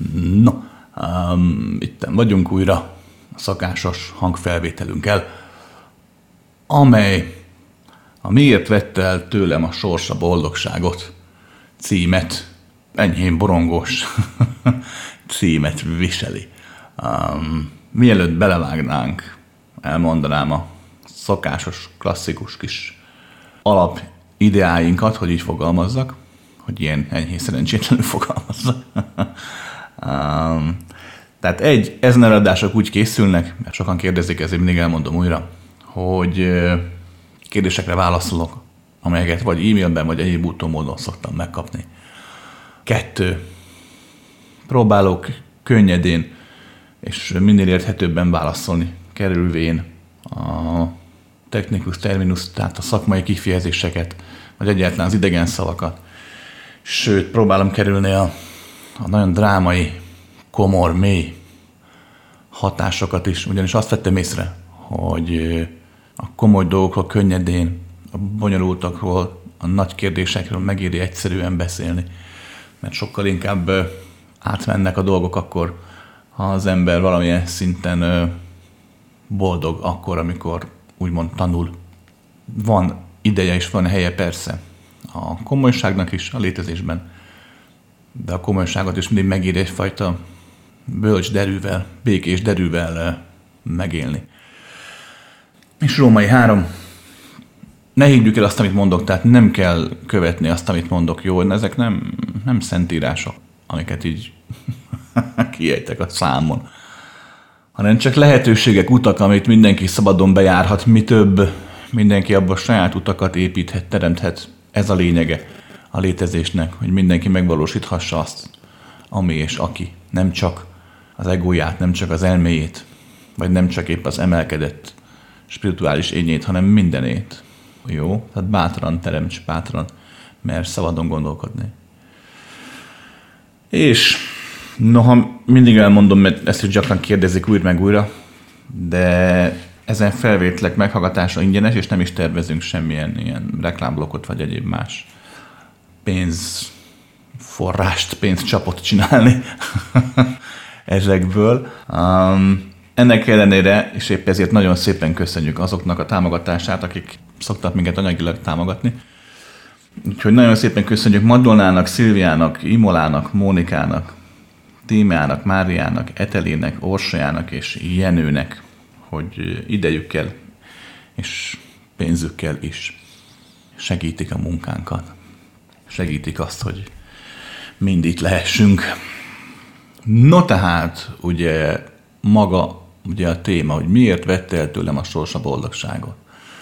No, itten vagyunk újra a szokásos hangfelvételünkkel, amely a Miért vette el tőlem a sors a boldogságot címet, enyhén borongós címet viseli. Mielőtt belevágnánk, elmondanám a szokásos, klasszikus kis alapideáinkat, hogy így fogalmazzak, hogy ilyen enyhén szerencsétlenül fogalmazzak. Tehát ezen előadások úgy készülnek, mert sokan kérdezik, ezért mindig elmondom újra, hogy kérdésekre válaszolok, amelyeket vagy e-mailben, vagy egyéb úton módon szoktam megkapni. 2. Próbálok könnyedén és minél érthetőbben válaszolni, kerülvén a technikus terminus, tehát a szakmai kifejezéseket, vagy egyáltalán az idegen szavakat. Sőt, próbálom kerülni a nagyon drámai, komor, mély hatásokat is, ugyanis azt vettem észre, hogy a komoly dolgokról könnyedén, a bonyolultakról, a nagy kérdésekről megéri egyszerűen beszélni, mert sokkal inkább átmennek a dolgok akkor, ha az ember valamilyen szinten boldog akkor, amikor úgymond tanul. Van ideje és van helye persze a komolyságnak is a létezésben, de a komolyságot is mindig megéri egyfajta bölcs derűvel, békés derűvel megélni. És Római 3. Ne higgyük el azt, amit mondok, tehát nem kell követni azt, amit mondok. Jó, ezek nem szentírások, amiket így kiejtek a számon, hanem csak lehetőségek, utak, amit mindenki szabadon bejárhat, mi több, mindenki abban saját utakat építhet, teremthet. Ez a lényege a létezésnek, hogy mindenki megvalósíthassa azt, ami és aki. Nem csak az egóját, nem csak az elméjét, vagy nem csak épp az emelkedett spirituális ényét, hanem mindenét. Jó? Tehát bátran teremts, bátran, mert szabadon gondolkodni. És noha mindig elmondom, mert ezt is gyakran kérdezik újra meg újra, de ezen felvételek meghallgatása ingyenes, és nem is tervezünk semmilyen ilyen reklámblokkot, vagy egyéb más pénzforrást, pénzcsapot csinálni ezekből. Ennek ellenére, és épp ezért nagyon szépen köszönjük azoknak a támogatását, akik szoktak minket anyagilag támogatni. Úgyhogy nagyon szépen köszönjük Madonnának, Szilviának, Imolának, Mónikának, Tímeának, Máriának, Etelének, Orsolyának és Jenőnek, hogy idejükkel és pénzükkel is segítik a munkánkat. Segítik azt, hogy mind itt lehessünk. No tehát, ugye maga a téma, hogy miért vette el tőlem a sors a boldogságot.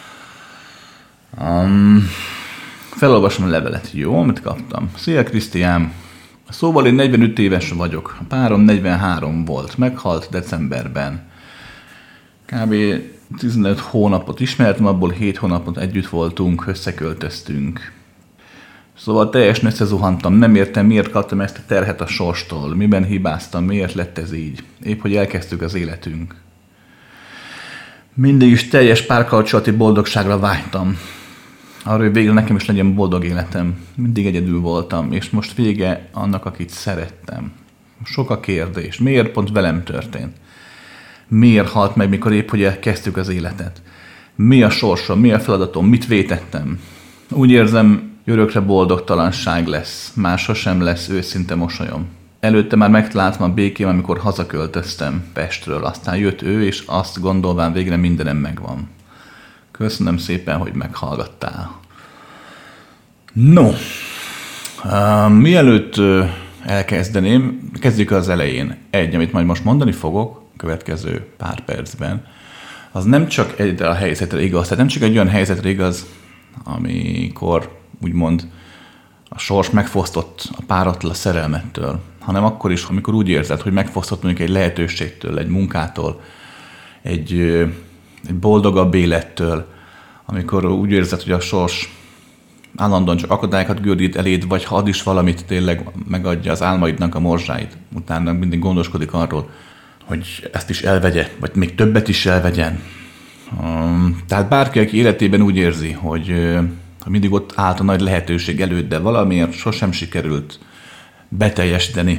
Felolvasom a levelet. Jó, amit kaptam. Szia Krisztián! Szóval én 45 éves vagyok. A párom 43 volt. Meghalt decemberben. Kb. 15 hónapot ismertem, abból 7 hónapot együtt voltunk, összeköltöztünk. Szóval teljesen összezuhantam, nem értem, miért kaptam ezt a terhet a sorstól, miben hibáztam, miért lett ez így. Épp, hogy elkezdtük az életünk. Mindig is teljes párkapcsolati boldogságra vágytam. Arra, hogy végre nekem is legyen boldog életem. Mindig egyedül voltam, és most vége annak, akit szerettem. Sok a kérdés. Miért pont velem történt? Miért halt meg, mikor épp, hogy elkezdtük az életet? Mi a sorsom, mi a feladatom, mit vétettem? Úgy érzem, örökre boldogtalanság lesz, már sosem lesz őszinte mosolyom. Előtte már megtaláltam a békém, amikor hazaköltöztem Pestről, aztán jött ő, és azt gondolván végre mindenem megvan. Köszönöm szépen, hogy meghallgattál. No, mielőtt elkezdeném, kezdjük az elején. Amit majd most mondani fogok, következő pár percben, az nem csak egyre a helyzetre igaz, tehát nem csak egy olyan helyzetre igaz, amikor úgymond a sors megfosztott a párattól, a szerelmettől, hanem akkor is, amikor úgy érzed, hogy megfosztott mondjuk egy lehetőségtől, egy munkától, egy boldogabb élettől, amikor úgy érzed, hogy a sors állandóan csak akadályokat gördít eléd, vagy ha ad is valamit, tényleg megadja az álmaidnak a morzsáit. Utána mindig gondoskodik arról, hogy ezt is elvegye, vagy még többet is elvegyen. Tehát bárki, aki életében úgy érzi, hogy mindig ott állt a nagy lehetőség előtt, de valamiért sosem sikerült beteljesíteni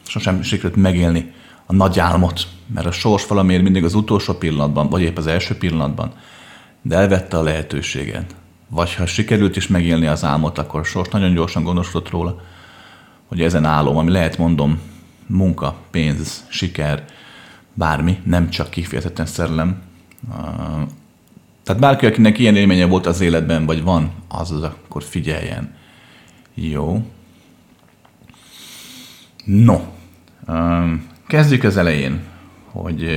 sosem sikerült megélni a nagy álmot, mert a sors valamiért mindig az utolsó pillanatban, vagy épp az első pillanatban, de elvette a lehetőséget. Vagy ha sikerült is megélni az álmot, akkor a sors nagyon gyorsan gondoskodott róla, hogy ezen álom, ami lehet mondom munka, pénz, siker, bármi, nem csak kifejezetten szerelem. Tehát bárki, akinek ilyen élménye volt az életben, vagy van, az akkor figyeljen. Jó. No. Kezdjük az elején, hogy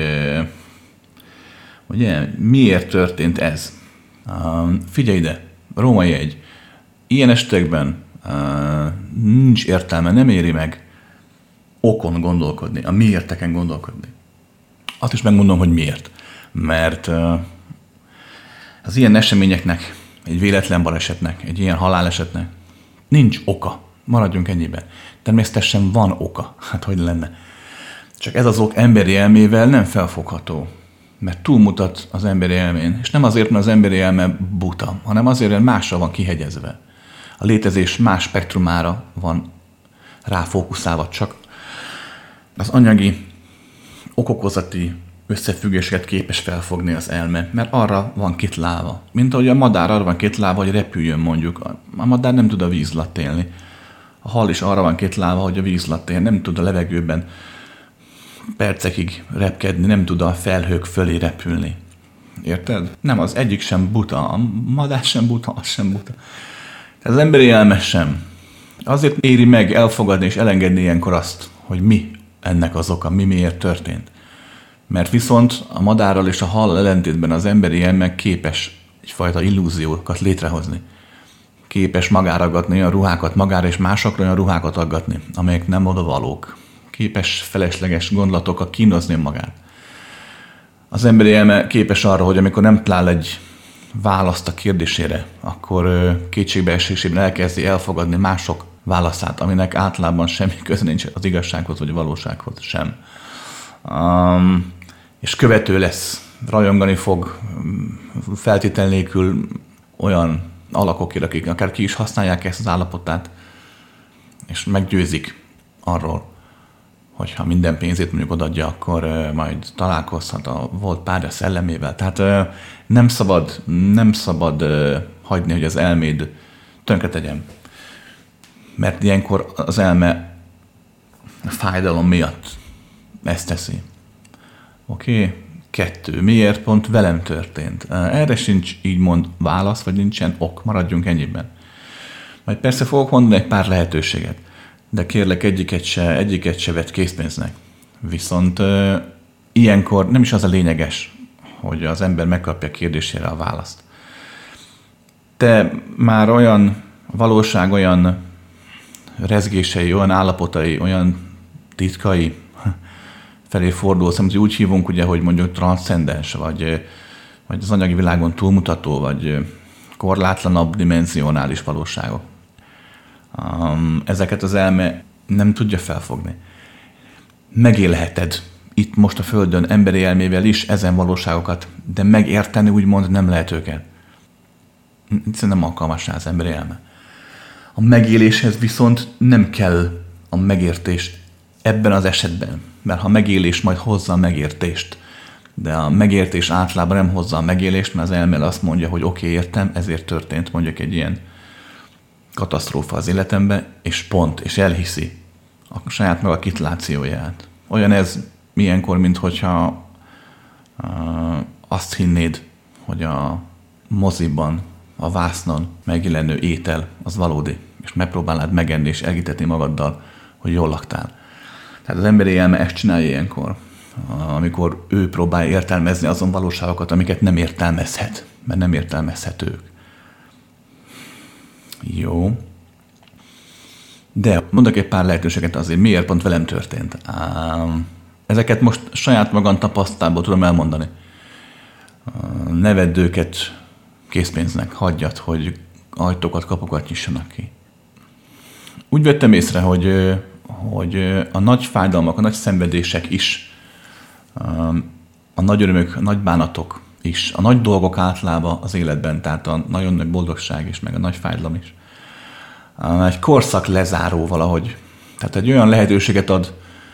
ugye, miért történt ez. Figyelj ide, római 1. Ilyen esetekben nincs értelme, nem éri meg okon gondolkodni, a miérteken gondolkodni. Azt is megmondom, hogy miért. Mert az ilyen eseményeknek, egy véletlen balesetnek, egy ilyen halálesetnek nincs oka. Maradjunk ennyiben. Természetesen van oka. Hát hogy lenne? Csak ez az ok emberi elmével nem felfogható. Mert túlmutat az emberi elmén. És nem azért, mert az emberi elme buta, hanem azért, mert másra van kihegyezve. A létezés más spektrumára van ráfókuszálva, csak az anyagi, okokozati összefüggéseket képes felfogni az elme, mert arra van kitlálva. Mint ahogy a madár arra van kitlálva, hogy repüljön mondjuk. A madár nem tud a víz alatt élni. A hal is arra van kitlálva, hogy a víz alatt él, nem tud a levegőben percekig repkedni, nem tud a felhők fölé repülni. Érted? Nem, az egyik sem buta, a madár sem buta, az sem buta. Az emberi elme sem. Azért éri meg elfogadni és elengedni ilyenkor azt, hogy mi ennek az oka, mi miért történt. Mert viszont a madárral és a hal ellentétben az emberi elme képes egyfajta illúziókat létrehozni. Képes magára aggatni olyan ruhákat, magára és másokra olyan ruhákat aggatni, amelyek nem odavalók. Képes felesleges gondolatokkal kínozni magát. Az emberi elme képes arra, hogy amikor nem talál egy választ a kérdésére, akkor kétségbeesésében elkezdi elfogadni mások válaszát, aminek általában semmi köze nincs az igazsághoz vagy a valósághoz sem. És követő lesz, rajongani fog feltétel nélkül olyan alakokért, akik akár ki is használják ezt az állapotát, és meggyőzik arról, hogyha minden pénzét mondjuk odaadja, akkor majd találkozhat a volt párja szellemével. Tehát nem szabad hagyni, hogy az elméd tönkre tegyen. Mert ilyenkor az elme a fájdalom miatt ezt teszi. Oké? 2. Miért pont velem történt? Erre sincs így mond válasz, vagy nincsen ok. Maradjunk Majd persze fogok mondani egy pár lehetőséget. De kérlek, egyiket se vett készpénznek. Viszont ilyenkor nem is az a lényeges, hogy az ember megkapja a kérdésére a választ. Te már olyan valóság, olyan rezgései, olyan állapotai, olyan titkai felé fordulsz, amit úgy hívunk, ugye, hogy mondjuk transzcendens, vagy az anyagi világon túlmutató, vagy korlátlanabb dimenzionális valóságok. Ezeket az elme nem tudja felfogni. Megélheted itt most a Földön emberi elmével is ezen valóságokat, de megérteni úgymond nem lehet őket. Egyszerűen nem alkalmas rá az emberi elme. A megéléshez viszont nem kell a megértés ebben az esetben, mert ha a megélés majd hozza a megértést, de a megértés általában nem hozza a megélést, mert az elme azt mondja, hogy oké, értem, ezért történt mondjuk egy ilyen katasztrófa az életemben, és pont, és elhiszi a saját maga kitlációját. Olyan ez milyenkor, mint hogyha azt hinnéd, hogy a moziban, a vásznon megjelenő étel az valódi, és megpróbálnád megenni és elhitetni magaddal, hogy jól laktál. Tehát az emberi elme ezt csinálja ilyenkor, amikor ő próbálja értelmezni azon valóságokat, amiket nem értelmezhet, mert nem értelmezhetők. Jó. De mondok egy pár lehetőséget azért, miért pont velem történt. Ezeket most saját magam tapasztalatból tudom elmondani. Ne vedd őket készpénznek, hagyjad, hogy ajtókat, kapukat nyissanak ki. Úgy vettem észre, hogy a nagy fájdalmak, a nagy szenvedések is, a nagy örömök, a nagy bánatok is, a nagy dolgok általában az életben, tehát a nagyon nagy boldogság is, meg a nagy fájdalom is. Egy korszak lezáró valahogy. Tehát egy olyan lehetőséget ad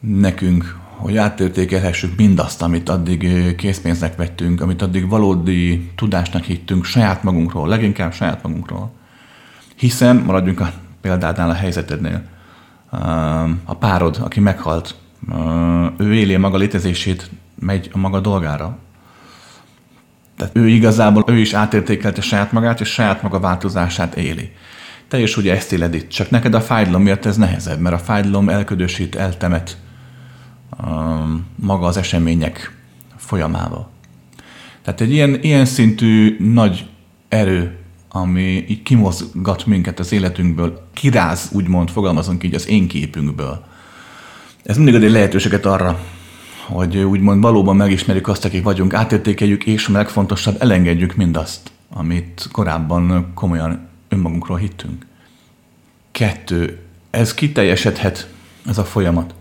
nekünk, hogy átértékelhessük mindazt, amit addig készpénznek vettünk, amit addig valódi tudásnak hittünk saját magunkról, leginkább saját magunkról. Hiszen, maradjunk a példádnál, a helyzetednél, a párod, aki meghalt, ő éli maga létezését, megy a maga dolgára. Tehát ő is átértékelte saját magát, és saját maga változását éli. Te is ugye ezt éled itt, csak neked a fájdalom miatt ez nehezebb, mert a fájdalom elködösít, eltemet maga az események folyamába. Tehát egy ilyen szintű nagy erő, ami így kimozgat minket az életünkből, kiráz, úgymond fogalmazunk így az én képünkből. Ez mindig ad egy lehetőséget arra, hogy úgymond valóban megismerjük azt, akik vagyunk, átértékeljük, és a legfontosabb, elengedjük mindazt, amit korábban komolyan önmagunkról hittünk. 2. Ez kiteljesedhet, ez a folyamat.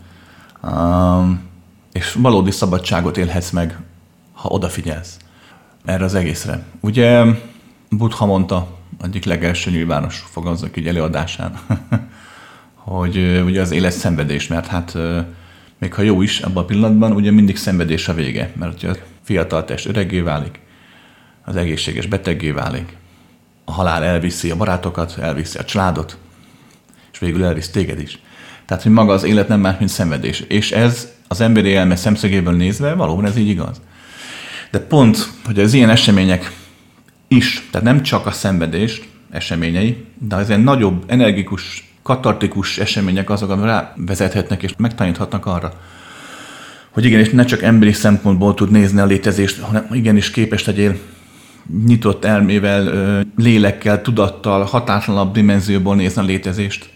És valódi szabadságot élhetsz meg, ha odafigyelsz erre az egészre. Ugye Buddha mondta egyik legelső nyilvános fogalmazók így előadásán, hogy ugye az élet szenvedés, mert hát még ha jó is, abban a pillanatban ugye mindig szenvedés a vége, mert ugye a fiatal test öreggé válik, az egészséges beteggé válik, a halál elviszi a barátokat, elviszi a családot, és végül elvisz téged is. Tehát, hogy maga az élet nem más, mint szenvedés. És ez az emberi elme szemszögéből nézve valóban ez így igaz. De pont, hogy az ilyen események is, tehát nem csak a szenvedés eseményei, de az ilyen nagyobb, energikus, katartikus események azok, amik rávezethetnek és megtaníthatnak arra, hogy igenis ne csak emberi szempontból tud nézni a létezést, hanem igenis képes legyél nyitott elmével, lélekkel, tudattal, hatátlanabb dimenzióból nézni a létezést,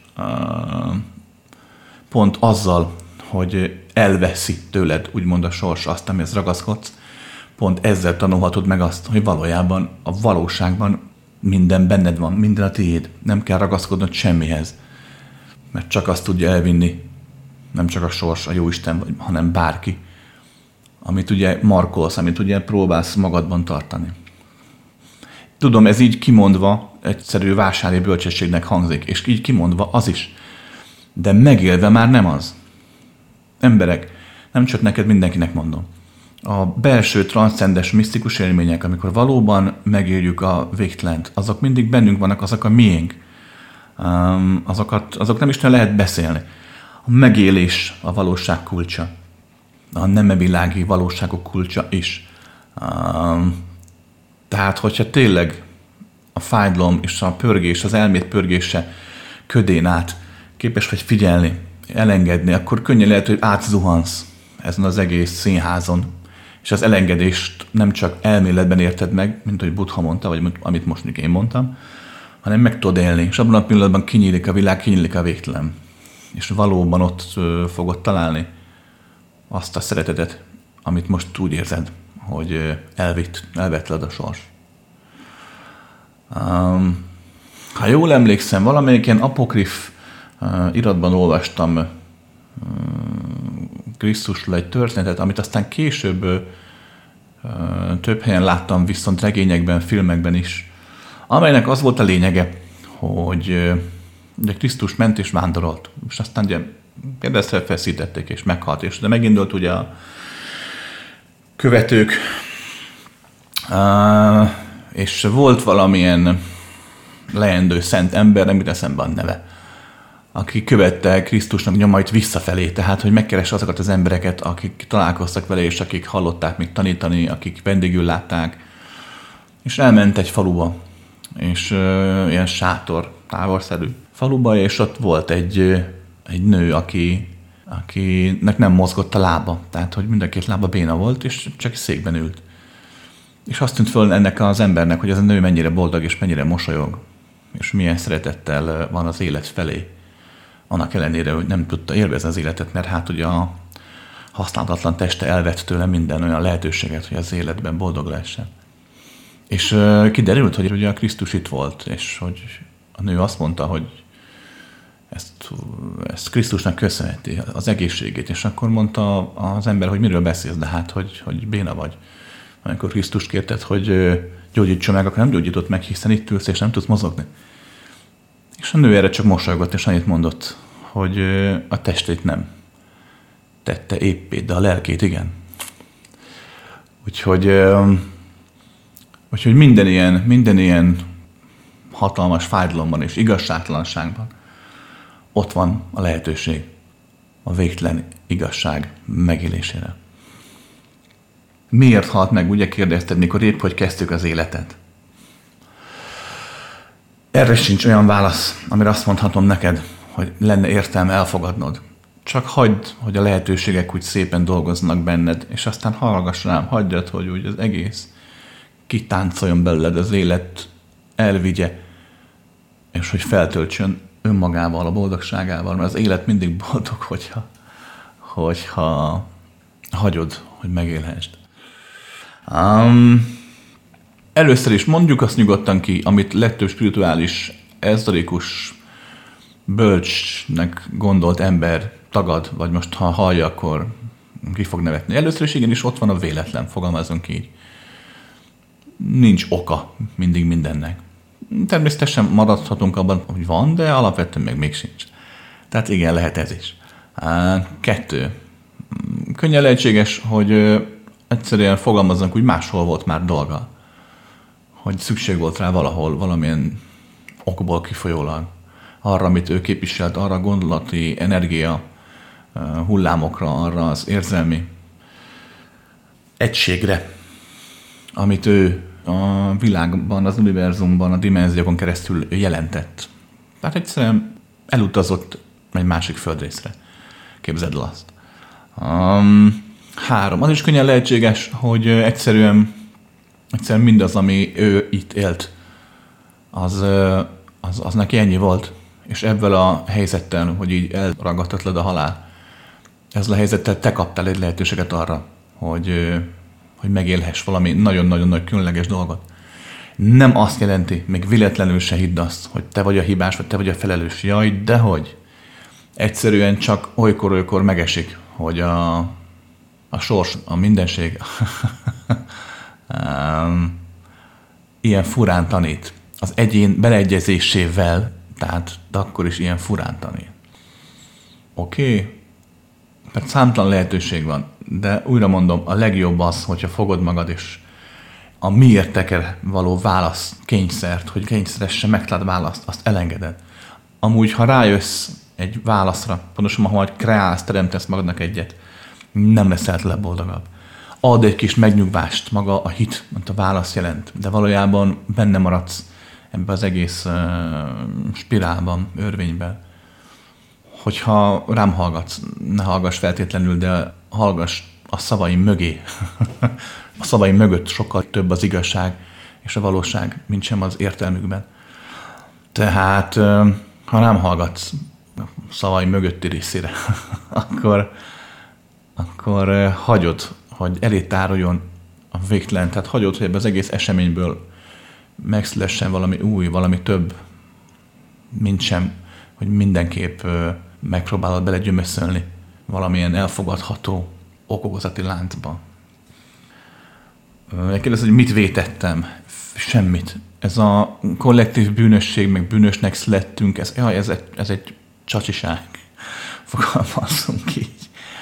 pont azzal, hogy elveszi tőled úgymond a sors azt, amihez ragaszkodsz, pont ezzel tanulhatod meg azt, hogy valójában a valóságban minden benned van, minden a tiéd. Nem kell ragaszkodnod semmihez, mert csak azt tudja elvinni, nem csak a sors, a Jóisten, hanem bárki, amit ugye markolsz, amit ugye próbálsz magadban tartani. Tudom, ez így kimondva egyszerű vásári bölcsességnek hangzik, és így kimondva az is. De megélve már nem az. Emberek, nem csak neked, mindenkinek mondom. A belső transzcendes misztikus élmények, amikor valóban megéljük a végtelent, azok mindig bennünk vannak, azok a miénk. Azok nem is lehet beszélni. A megélés a valóság kulcsa. A nemevilági valóságok kulcsa is. Tehát, hogyha tényleg a fájdalom és a pörgés, az elmét pörgése ködén át képes vagy figyelni, elengedni, akkor könnyen lehet, hogy átzuhansz ezen az egész színházon, és az elengedést nem csak elméletben érted meg, mint ahogy Buddha mondta, vagy amit most én mondtam, hanem meg tudod élni, és abban a pillanatban kinyílik a világ, kinyílik a végtelen. És valóban ott fogod találni azt a szeretetet, amit most úgy érzed, hogy elvett a sors. Ha jól emlékszem, valamelyik ilyen apokrif iratban olvastam Krisztusról egy történetet, amit aztán később több helyen láttam, viszont regényekben, filmekben is, amelynek az volt a lényege, hogy ugye Krisztus ment és vándorolt, és aztán ugye keresztre feszítették és meghalt, és de megindult ugye a követők, és volt valamilyen leendő szent ember, nem jut eszembe a neve, aki követte Krisztusnak nyomait visszafelé, tehát, hogy megkeresse azokat az embereket, akik találkoztak vele, és akik hallották még tanítani, akik vendégül látták, és elment egy faluba, és ilyen sátor, távolszerű faluba, és ott volt egy nő, akinek nem mozgott a lába, tehát, hogy mind a két lába béna volt, és csak székben ült. És azt tűnt föl ennek az embernek, hogy ez a nő mennyire boldog, és mennyire mosolyog, és milyen szeretettel van az élet felé. Annak ellenére, hogy nem tudta élvezni az életet, mert hát ugye a használatlan teste elvett tőle minden olyan lehetőséget, hogy az életben boldog lehessen. És kiderült, hogy ugye a Krisztus itt volt, és hogy a nő azt mondta, hogy ezt Krisztusnak köszönheti, az egészségét, és akkor mondta az ember, hogy miről beszélsz, de hát, hogy béna vagy. Amikor Krisztus kérted, hogy gyógyítson meg, akkor nem gyógyított meg, hiszen itt ülsz, és nem tudsz mozogni. És a nő erre csak mosolygott, és annyit mondott, hogy a testét nem. tette éppé, de a lelkét igen. Úgyhogy minden ilyen hatalmas fájdalomban és igazságtalanságban ott van a lehetőség a végtelen igazság megélésére. Miért halt meg, ugye kérdezted, mikor épp, hogy kezdtük az életet? Erre sincs olyan válasz, amire azt mondhatom neked, hogy lenne értelme elfogadnod. Csak hagyd, hogy a lehetőségek úgy szépen dolgoznak benned, és aztán hallgass rám, hagyjad, hogy úgy az egész kitáncoljon belőled, az élet elvigye, és hogy feltöltsön önmagával, a boldogságával, mert az élet mindig boldog, hogyha hagyod, hogy megélhessd. Először is mondjuk azt nyugodtan ki, amit legtöbb spirituális, ezoterikus, bölcsnek gondolt ember tagad, vagy most ha hallja, akkor ki fog nevetni. Először is igenis ott van a véletlen, fogalmazunk így. Nincs oka mindig mindennek. Természetesen maradhatunk abban, hogy van, de alapvetően még sincs. Tehát igen, lehet ez is. 2. Könnyen lehetséges, hogy egyszerűen fogalmazunk, úgy máshol volt már dolga. Hogy szükség volt rá valahol, valamilyen okból kifolyólag. Arra, amit ő képviselt, arra a gondolati energia hullámokra, arra az érzelmi egységre, amit ő a világban, az univerzumban, a dimenziókon keresztül jelentett. Tehát egyszerűen elutazott egy másik földrészre. Képzeld el azt. 3. Az is könnyen lehetséges, hogy egyszerűen mindaz, ami ő itt élt, az neki ennyi volt, és ebből a helyzettel, hogy így elragadtatlad a halál, ezzel a helyzettel te kaptál egy lehetőséget arra, hogy megélhess valami nagyon-nagyon nagy különleges dolgot. Nem azt jelenti, még véletlenül se hidd azt, hogy te vagy a hibás, vagy te vagy a felelős. Jaj, dehogy. Egyszerűen csak olykor megesik, hogy a sors, a mindenség ilyen furán tanít. Az egyén beleegyezésével, tehát akkor is ilyen furán tanít. Oké? Mert számtalan lehetőség van, de újra mondom, a legjobb az, hogyha fogod magad és a miértekre való válasz kényszert, hogy kényszeresen megtaláld választ, azt elengeded. Amúgy, ha rájössz egy válaszra, pontosan, ha majd kreálsz, teremtesz magadnak egyet, nem leszel tőle boldogabb. Ad egy kis megnyugvást, maga a hit, mint a válasz jelent, de valójában benne maradsz ebbe az egész spirálban, örvényben. Hogyha rám hallgatsz, ne hallgass feltétlenül, de hallgass a szavaim mögé. A szavaim mögött sokkal több az igazság és a valóság, mint sem az értelmükben. Tehát, ha rám hallgatsz a szavaim mögötti részére, akkor hagyod, hogy elé tároljon a végtelen. Tehát hagyod, hogy ebben az egész eseményből megszülessen valami új, valami több, mint sem, hogy mindenképp megpróbálod belegyömöszölni valamilyen elfogadható okokozati láncba. Kérdez, hogy mit vétettem? Semmit. Ez a kollektív bűnösség, meg bűnösnek születtünk, ez egy csacsiság. Fogalmazzunk így.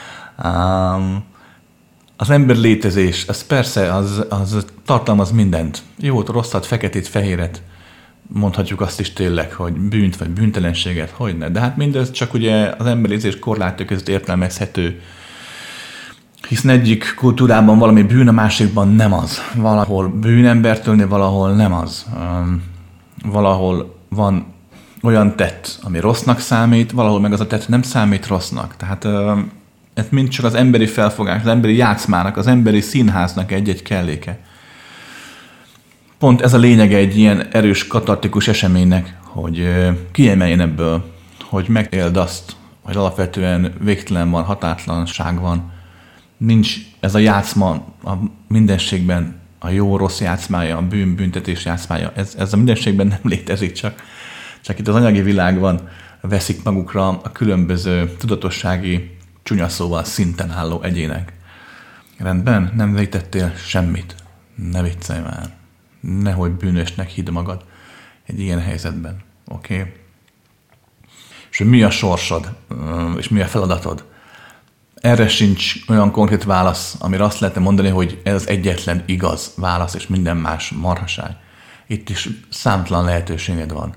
Az ember létezés, ez persze, az tartalmaz mindent. Jót, rosszat, feketét, fehéret. Mondhatjuk azt is tényleg, hogy bűnt vagy bűntelenséget, hogyne. De hát mindez csak ugye az ember létezés korlátok között értelmezhető. Hiszen egyik kultúrában valami bűn, a másikban nem az. Valahol bűn embert ölni, valahol nem az. Valahol van olyan tett, ami rossznak számít, valahol meg az a tett nem számít rossznak. Tehát ez mind csak az emberi felfogás, az emberi játszmának, az emberi színháznak egy-egy kelléke. Pont ez a lényege egy ilyen erős, katartikus eseménynek, hogy kiemeljen ebből, hogy megéld azt, hogy alapvetően végtelen van, határtlanság van. Nincs ez a játszma a mindenségben, a jó-rossz játszmája, a bűn-büntetés játszmája. Ez a mindenségben nem létezik, csak itt az anyagi világban veszik magukra a különböző tudatossági csúnyaszóval szinten álló egyének. Rendben? Nem vétettél semmit. Ne viccelj már. Nehogy bűnösnek hidd magad egy ilyen helyzetben. Oké? És mi a sorsod, és mi a feladatod? erre sincs olyan konkrét válasz, amire azt lehetne mondani, hogy ez az egyetlen igaz válasz, és minden más marhaság. Itt is számtalan lehetőséged van.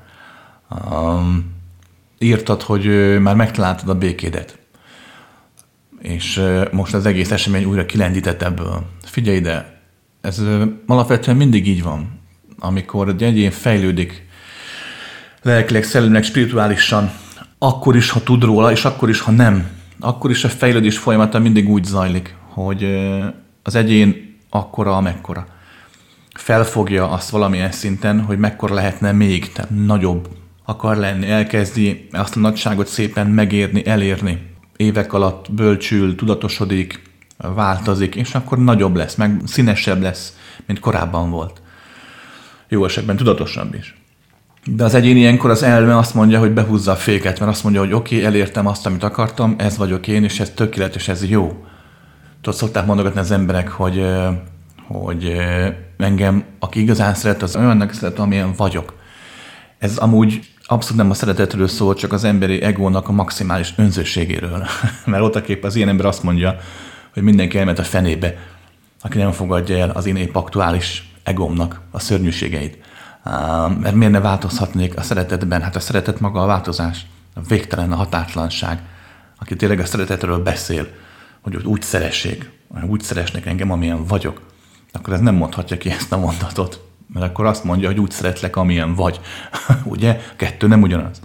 Írtad, hogy már megtaláltad a békédet. És most az egész esemény újra kilendített ebből. Figyelj ide, ez alapvetően mindig így van. Amikor egy egyén fejlődik lelkileg, szellemileg, spirituálisan, akkor is, ha tud róla, és akkor is, ha nem. Akkor is a fejlődés folyamata mindig úgy zajlik, hogy az egyén akkora, amekkora. Felfogja azt valamilyen szinten, hogy mekkora lehetne még, tehát nagyobb akar lenni, elkezdi azt a nagyságot szépen megérni, elérni. Évek alatt bölcsül, tudatosodik, változik, és akkor nagyobb lesz, meg színesebb lesz, mint korábban volt. Jó esetben tudatosabb is. De az egyén ilyenkor az elme azt mondja, hogy behúzza a féket, mert azt mondja, hogy oké, elértem azt, amit akartam, ez vagyok én, és ez tökéletes, ez jó. Tudod, szokták mondogatni az emberek, hogy engem, aki igazán szeret, az olyannak szeret, amilyen vagyok. Ez amúgy abszolút nem a szeretetről szól, csak az emberi egónak a maximális önzőségéről. Mert voltaképp az ilyen ember azt mondja, hogy mindenki elment a fenébe, aki nem fogadja el az én épp aktuális egómnak a szörnyűségeit. Mert miért ne változhatnék a szeretetben? Hát a szeretet maga a változás, a végtelen, a határtlanság, aki tényleg a szeretetről beszél, hogy úgy szeressék, úgy szeresnek engem, amilyen vagyok, akkor ez nem mondhatja ki ezt a mondatot. Mert akkor azt mondja, hogy úgy szeretlek, amilyen vagy. Ugye? Kettő nem ugyanaz.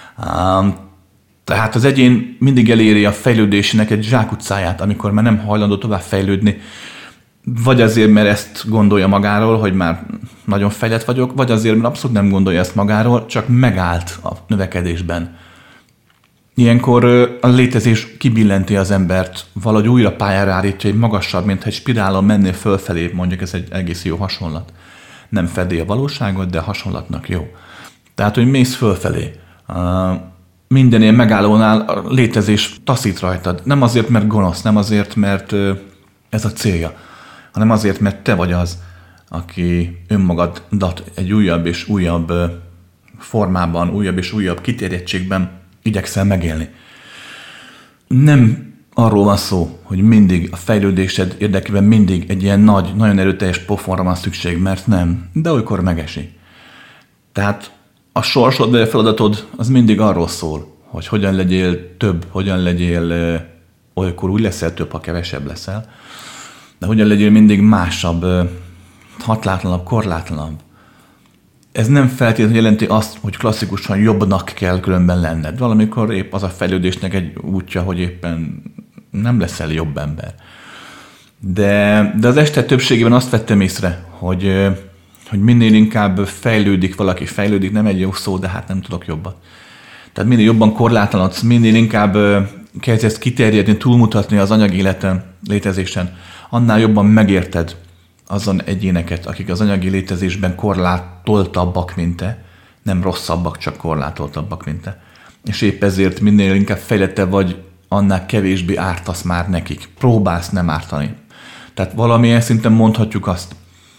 Tehát az egyén mindig eléri a fejlődésének egy zsákutcáját, amikor már nem hajlandó tovább fejlődni, vagy azért, mert ezt gondolja magáról, hogy már nagyon fejlett vagyok, vagy azért, mert abszolút nem gondolja ezt magáról, csak megállt a növekedésben. Ilyenkor a létezés kibillenti az embert, valahogy újra pályára állítja, egy magasabb, mint egy spirálon mennél fölfelé, mondjuk ez egy egész jó hasonlat. Nem fedi a valóságot, de a hasonlatnak jó. Tehát, hogy mész fölfelé. Minden ilyen megállónál a létezés taszít rajtad. Nem azért, mert gonosz, nem azért, mert ez a célja, hanem azért, mert te vagy az, aki önmagadat egy újabb és újabb formában, újabb és újabb kiterjedtségben igyekszel megélni. Nem arról van szó, hogy mindig a fejlődésed érdekében mindig egy ilyen nagy, nagyon erőteljes pofonra van szükség, mert nem, de olykor megesik. Tehát a sorsod vagy a feladatod az mindig arról szól, hogy hogyan legyél több, hogyan legyél, olykor úgy leszel több, ha kevesebb leszel, de hogyan legyél mindig másabb, határozatlanabb, korlátlanabb. Ez nem feltétlenül jelenti azt, hogy klasszikusan jobbnak kell különben lenned. Valamikor épp az a fejlődésnek egy útja, hogy éppen nem leszel jobb ember. De az este többségében azt vettem észre, hogy minél inkább fejlődik valaki, fejlődik, nem egy jó szó, de hát nem tudok jobbat. Tehát minél jobban korlátlanodsz, minél inkább kezdesz kiterjedni, túlmutatni az anyagi életen, létezésen, annál jobban megérted azon egyéneket, akik az anyagi létezésben korlátoltabbak, mint te, nem rosszabbak, csak korlátoltabbak, mint te. És épp ezért minél inkább fejlettebb vagy, annál kevésbé ártasz már nekik. Próbálsz nem ártani. Tehát valamilyen szinten mondhatjuk azt,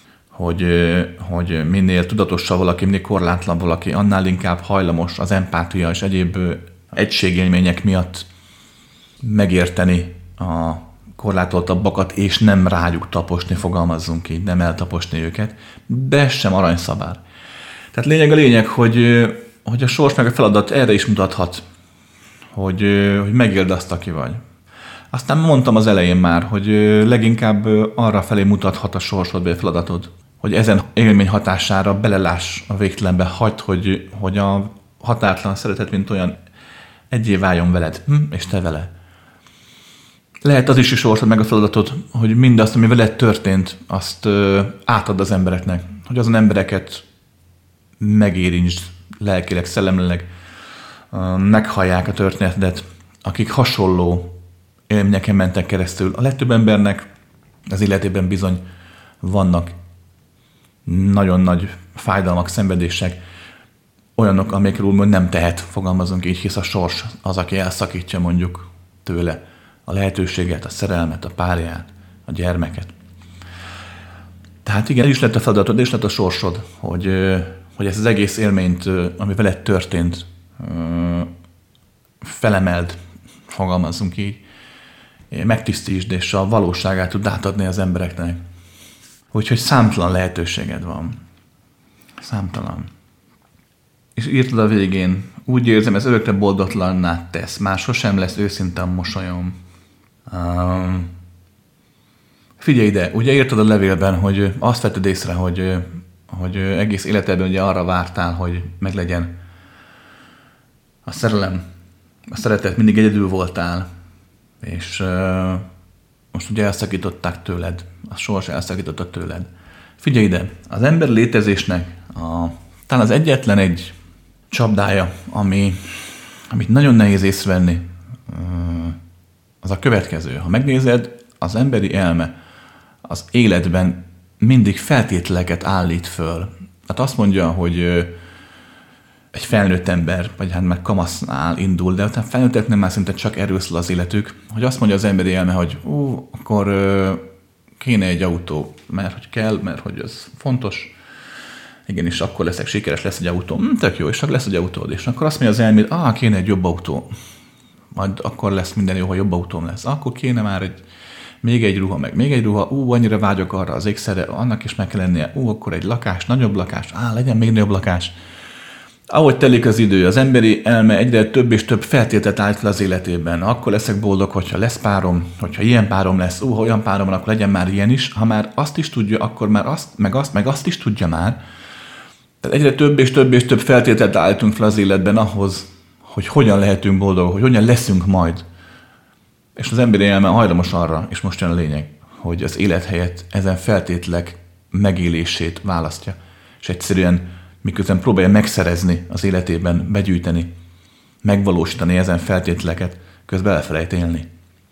hogy minél tudatosabb valaki, minél korlátlanabb valaki, annál inkább hajlamos az empátia és egyéb egységélmények miatt megérteni a korlátoltabbakat, és nem rájuk taposni, fogalmazzunk így, nem eltaposni őket, de sem aranyszabár. Tehát lényeg a lényeg, hogy a sors meg a feladat erre is mutathat, hogy megéld azt, aki vagy. Aztán mondtam az elején már, hogy leginkább arra felé mutathat a sorsod vagy a feladatod, hogy ezen élmény hatására beleláss a végtelenbe, hagyd, hogy a határtalan szeretet, mint olyan, egyé váljon veled, és te vele. Lehet az is a sorsod meg a feladatod, hogy mindazt, ami veled történt, azt átad az embereknek. Hogy azon embereket megérintsd lelkileg, szellemileg, meghallják a történetet, akik hasonló élményeken mentek keresztül. A legtöbb embernek az életében bizony vannak nagyon nagy fájdalmak, szenvedések, olyanok, amikről úgymond nem tehet, fogalmazunk így, hisz a sors az, aki elszakítja mondjuk tőle a lehetőséget, a szerelmet, a párját, a gyermeket. Tehát igen, is lett a feladatod, és lett a sorsod, hogy ezt az egész élményt, ami veled történt, felemeld, fogalmazzunk így, megtisztítsd, és a valóságát tud átadni az embereknek. Úgyhogy számtalan lehetőséged van. Számtalan. És írtad a végén, úgy érzem, ez örökre boldogtalanná tesz. Már sosem lesz őszinte a mosolyom. Figyelj ide, ugye írtad a levélben, hogy azt vetted észre, hogy egész életedben ugye arra vártál, hogy meglegyen a szerelem, a szeretet, mindig egyedül voltál, és most ugye elszakították tőled, a sors elszakította tőled. Figyelj ide, az ember létezésnek talán az egyetlen egy csapdája, amit nagyon nehéz észrevenni, az a következő. Ha megnézed, az emberi elme az életben mindig feltételeket állít föl. Hát azt mondja, hogy egy felnőtt ember, vagy hát már kamasznál indul, de utána felnőtteknek már szinte csak erről szól az életük, hogy azt mondja az emberi elme, hogy akkor kéne egy autó, mert hogy kell, mert hogy ez fontos. Igen, és akkor leszek sikeres, lesz egy autó. Tök jó, és akkor lesz egy autód. És akkor azt mondja az elméd, kéne egy jobb autó. Majd akkor lesz minden jó, ha jobb autóm lesz. Akkor kéne már még egy ruha, meg még egy ruha. Annyira vágyok arra az ékszerre, annak is meg kell lennie. Akkor egy lakás, nagyobb lakás. Legyen még nagyobb lakás. Ahogy telik az idő, az emberi elme egyre több és több feltételt állít fel az életében. Akkor leszek boldog, hogyha lesz párom, hogyha ilyen párom lesz, ha olyan párom van, akkor legyen már ilyen is. Ha már azt is tudja, akkor már azt, meg azt is tudja már. Tehát egyre több és több és több feltételt állítunk fel az életben ahhoz, hogy hogyan lehetünk boldogok, hogy hogyan leszünk majd. És az emberi elme hajlamos arra, és most jön a lényeg, hogy az élet helyett ezen feltételek megélését választja. És egyszerűen miközben próbálja megszerezni az életében, begyűjteni, megvalósítani ezen feltételeket, közben elfelejt élni.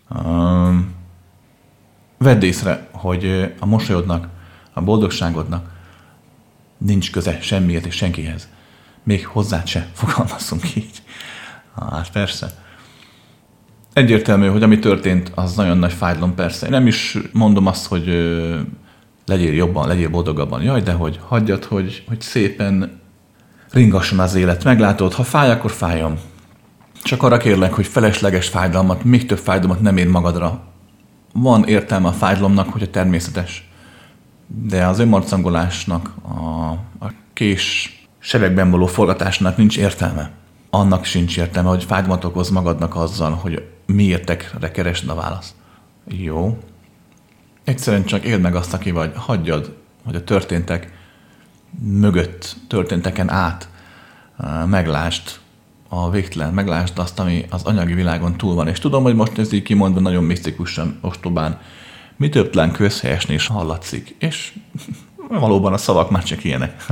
Vedd észre, hogy a mosolyodnak, a boldogságodnak nincs köze semmiért és senkihez. Még hozzád se, fogalmazzunk így. Hát persze. Egyértelmű, hogy ami történt, az nagyon nagy fájdalom persze. Én nem is mondom azt, hogy legyél jobban, legyél boldogabban. Jaj, de hogy hagyjad, hogy szépen ringasson az élet. Meglátod, ha fáj, akkor fájjon. Csak arra kérlek, hogy felesleges fájdalmat, még több fájdalmat nem ér magadra. Van értelme a fájdalomnak, hogy a természetes. De az önmarcangolásnak, a kés sebekben való forgatásnak nincs értelme. Annak sincs értelme, hogy fájdalmat okoz magadnak azzal, hogy miértekre keresd a választ. Jó. Egyszerűen csak éld meg azt, aki vagy. Hagyjad, hogy a történtek mögött, történteken át meglásd a végtelen, meglásd azt, ami az anyagi világon túl van. És tudom, hogy most ez így kimondva nagyon misztikusan, ostobán, mi több talán közhelyesnél is hallatszik. És valóban a szavak már csak ilyenek.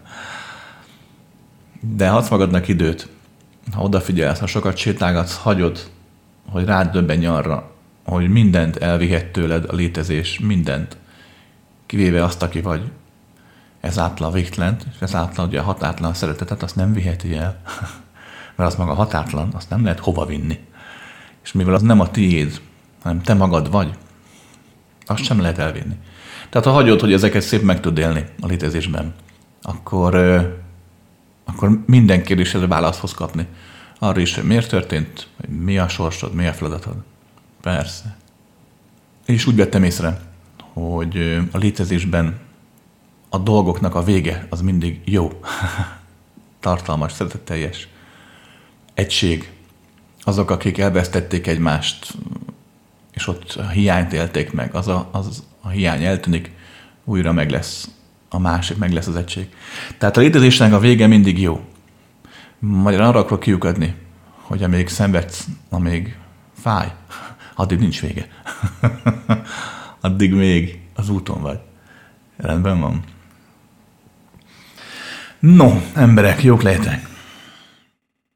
De adsz magadnak időt, ha odafigyelsz, ha sokat sétálgatsz, hagyod, hogy rád döbbenj arra, hogy mindent elvihet tőled a létezés, mindent, kivéve azt, aki vagy. Ezáltal a végtelent, és ezáltal ugye a határtlan szeretetet, azt nem viheti el, mert az maga határtlan, azt nem lehet hova vinni. És mivel az nem a tiéd, hanem te magad vagy, azt sem lehet elvinni. Tehát ha hagyod, hogy ezeket szép meg tud élni a létezésben, akkor minden kérdésre választ fogsz kapni. Arra is, hogy miért történt, hogy mi a sorsod, mi a feladatod. Persze. Én is úgy vettem észre, hogy a létezésben a dolgoknak a vége az mindig jó. Tartalmas, szeretetteljes. Egység. Azok, akik elvesztették egymást, és ott a hiányt élték meg, az a hiány eltűnik, újra meg lesz a másik, meg lesz az egység. Tehát a létezésnek a vége mindig jó. Magyarán arra akarok kiukadni, hogy amíg szenvedsz, amíg fáj, addig nincs vége. Addig még az úton vagy. Rendben van. No, emberek, jók lehetek.